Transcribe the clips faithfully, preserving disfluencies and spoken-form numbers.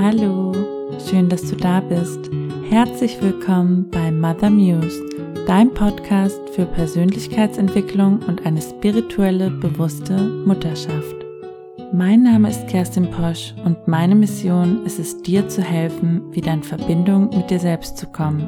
Hallo, schön, dass du da bist. Herzlich willkommen bei Mother Muse, dein Podcast für Persönlichkeitsentwicklung und eine spirituelle, bewusste Mutterschaft. Mein Name ist Kerstin Posch und meine Mission ist es, dir zu helfen, wieder in Verbindung mit dir selbst zu kommen.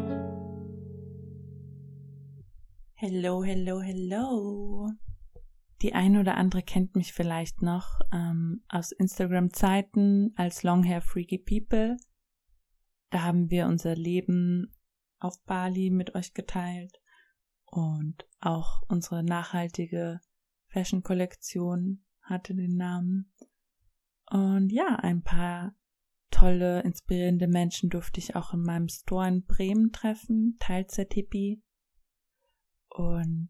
Hello, hello, hello. Die eine oder andere kennt mich vielleicht noch ähm, aus Instagram-Zeiten als Longhair Freaky People. Da haben wir unser Leben auf Bali mit euch geteilt und auch unsere nachhaltige Fashion-Kollektion hatte den Namen. Und ja, ein paar tolle, inspirierende Menschen durfte ich auch in meinem Store in Bremen treffen, Teilzeit-Hippie. Und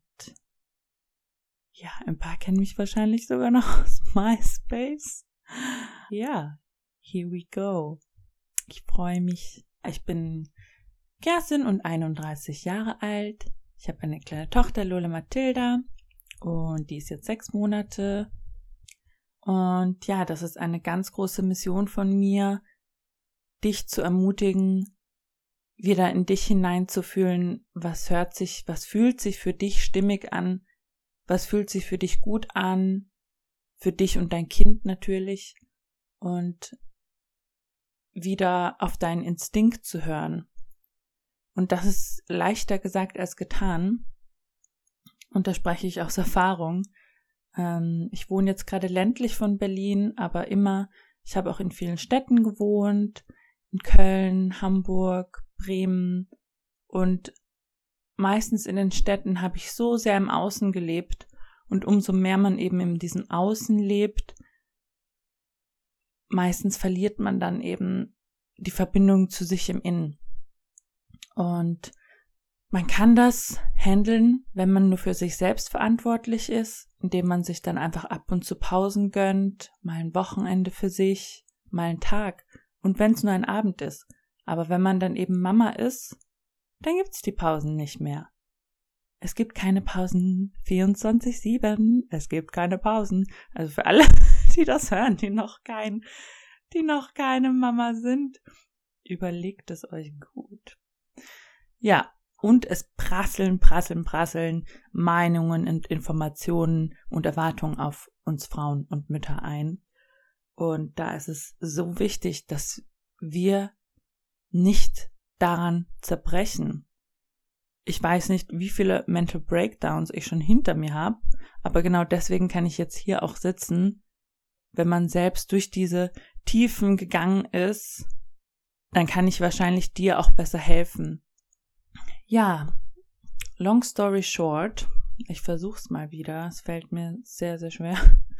ja, ein paar kennen mich wahrscheinlich sogar noch aus MySpace. Ja, here we go. Ich freue mich. Ich bin Kerstin und einunddreißig Jahre alt. Ich habe eine kleine Tochter, Lola Mathilda, und die ist jetzt sechs Monate. Und ja, das ist eine ganz große Mission von mir, dich zu ermutigen, wieder in dich hineinzufühlen, was hört sich, was fühlt sich für dich stimmig an, was fühlt sich für dich gut an, für dich und dein Kind natürlich, und wieder auf deinen Instinkt zu hören. Und das ist leichter gesagt als getan. Und da spreche ich aus Erfahrung. Ähm, ich wohne jetzt gerade ländlich von Berlin, aber immer, ich habe auch in vielen Städten gewohnt, in Köln, Hamburg, Bremen, und meistens in den Städten habe ich so sehr im Außen gelebt, und umso mehr man eben in diesem Außen lebt, meistens verliert man dann eben die Verbindung zu sich im Innen. Und man kann das handeln, wenn man nur für sich selbst verantwortlich ist, indem man sich dann einfach ab und zu Pausen gönnt, mal ein Wochenende für sich, mal einen Tag, und wenn es nur ein Abend ist. Aber wenn man dann eben Mama ist, dann gibt's die Pausen nicht mehr. Es gibt keine Pausen vierundzwanzig sieben, es gibt keine Pausen. Also für alle, die das hören, die noch kein, die noch keine Mama sind, überlegt es euch gut. Ja, und es prasseln, prasseln, prasseln Meinungen und Informationen und Erwartungen auf uns Frauen und Mütter ein. Und da ist es so wichtig, dass wir nicht daran zerbrechen. Ich weiß nicht, wie viele Mental Breakdowns ich schon hinter mir habe, aber genau deswegen kann ich jetzt hier auch sitzen. Wenn man selbst durch diese Tiefen gegangen ist, dann kann ich wahrscheinlich dir auch besser helfen. Ja, long story short, ich versuch's mal wieder, es fällt mir sehr, sehr schwer,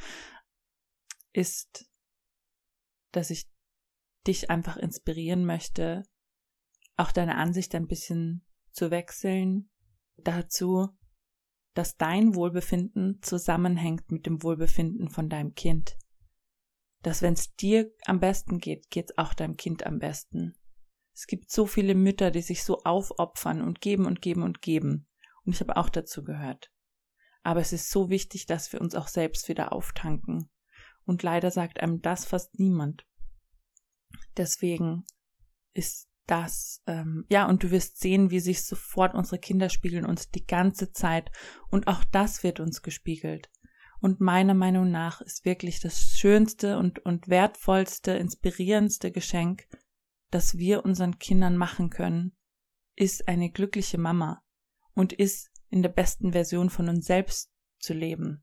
ist, dass ich dich einfach inspirieren möchte, auch deine Ansicht ein bisschen zu wechseln dazu, dass dein Wohlbefinden zusammenhängt mit dem Wohlbefinden von deinem Kind. Dass wenn es dir am besten geht, geht es auch deinem Kind am besten. Es gibt so viele Mütter, die sich so aufopfern und geben und geben und geben. Und ich habe auch dazu gehört. Aber es ist so wichtig, dass wir uns auch selbst wieder auftanken. Und leider sagt einem das fast niemand. Deswegen ist das, ähm, ja, und du wirst sehen, wie sich sofort unsere Kinder spiegeln uns die ganze Zeit, und auch das wird uns gespiegelt. Und meiner Meinung nach ist wirklich das schönste und, und wertvollste, inspirierendste Geschenk, das wir unseren Kindern machen können, ist eine glückliche Mama und ist in der besten Version von uns selbst zu leben.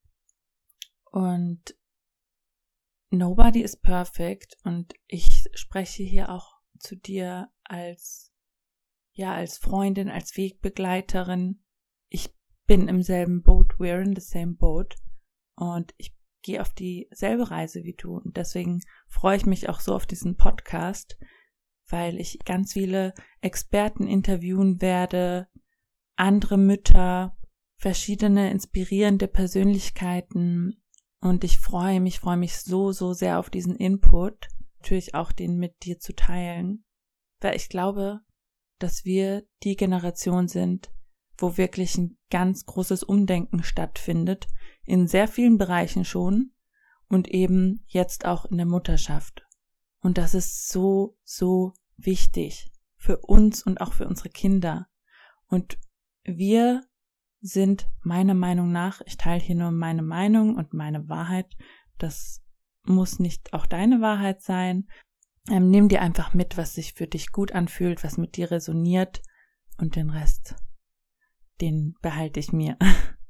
Und nobody is perfect, und ich spreche hier auch zu dir als, ja, als Freundin, als Wegbegleiterin. Ich bin im selben Boot, we're in the same boat, und ich gehe auf dieselbe Reise wie du, und deswegen freue ich mich auch so auf diesen Podcast, weil ich ganz viele Experten interviewen werde, andere Mütter, verschiedene inspirierende Persönlichkeiten, und ich freue mich, freue mich so, so sehr auf diesen Input, natürlich auch den mit dir zu teilen, weil ich glaube, dass wir die Generation sind, wo wirklich ein ganz großes Umdenken stattfindet, in sehr vielen Bereichen schon und eben jetzt auch in der Mutterschaft. Und das ist so, so wichtig für uns und auch für unsere Kinder. Und wir sind meiner Meinung nach, ich teile hier nur meine Meinung und meine Wahrheit, das muss nicht auch deine Wahrheit sein. Ähm, nimm dir einfach mit, was sich für dich gut anfühlt, was mit dir resoniert, und den Rest, den behalte ich mir.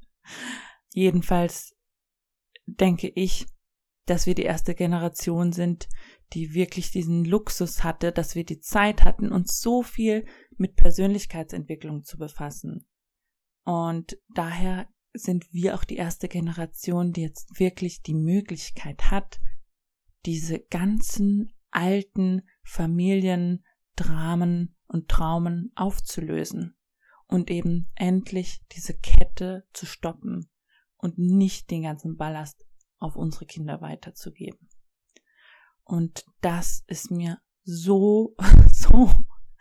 Jedenfalls denke ich, dass wir die erste Generation sind, die wirklich diesen Luxus hatte, dass wir die Zeit hatten, uns so viel mit Persönlichkeitsentwicklung zu befassen. Und daher sind wir auch die erste Generation, die jetzt wirklich die Möglichkeit hat, diese ganzen alten Familiendramen und Traumen aufzulösen und eben endlich diese Kette zu stoppen und nicht den ganzen Ballast auf unsere Kinder weiterzugeben. Und das ist mir so, so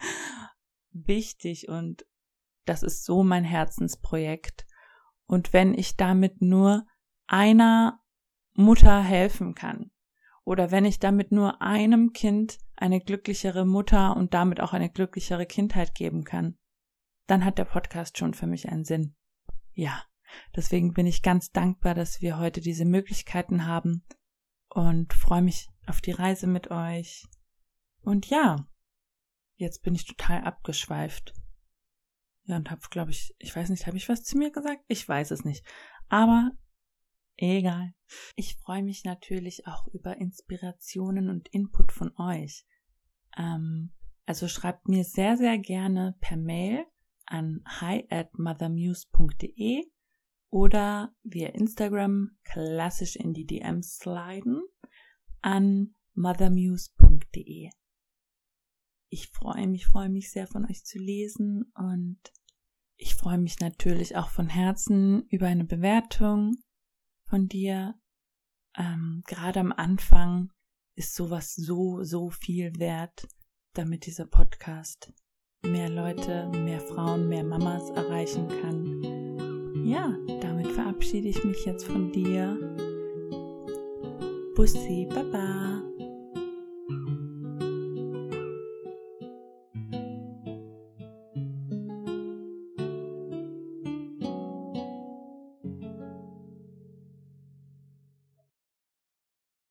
wichtig und das ist so mein Herzensprojekt. Und wenn ich damit nur einer Mutter helfen kann oder wenn ich damit nur einem Kind eine glücklichere Mutter und damit auch eine glücklichere Kindheit geben kann, dann hat der Podcast schon für mich einen Sinn. Ja, deswegen bin ich ganz dankbar, dass wir heute diese Möglichkeiten haben und freue mich auf die Reise mit euch. Und ja, jetzt bin ich total abgeschweift. Ja, und habe, glaube ich, ich weiß nicht, habe ich was zu mir gesagt? Ich weiß es nicht. Aber egal. Ich freue mich natürlich auch über Inspirationen und Input von euch. Ähm, also schreibt mir sehr, sehr gerne per Mail an hi at mothermuse punkt de oder via Instagram klassisch in die D Ms sliden an mothermuse punkt de. Ich freue mich, freue mich sehr von euch zu lesen und ich freue mich natürlich auch von Herzen über eine Bewertung von dir. Ähm, gerade am Anfang ist sowas so, so viel wert, damit dieser Podcast mehr Leute, mehr Frauen, mehr Mamas erreichen kann. Ja, damit verabschiede ich mich jetzt von dir. Bussi, Baba.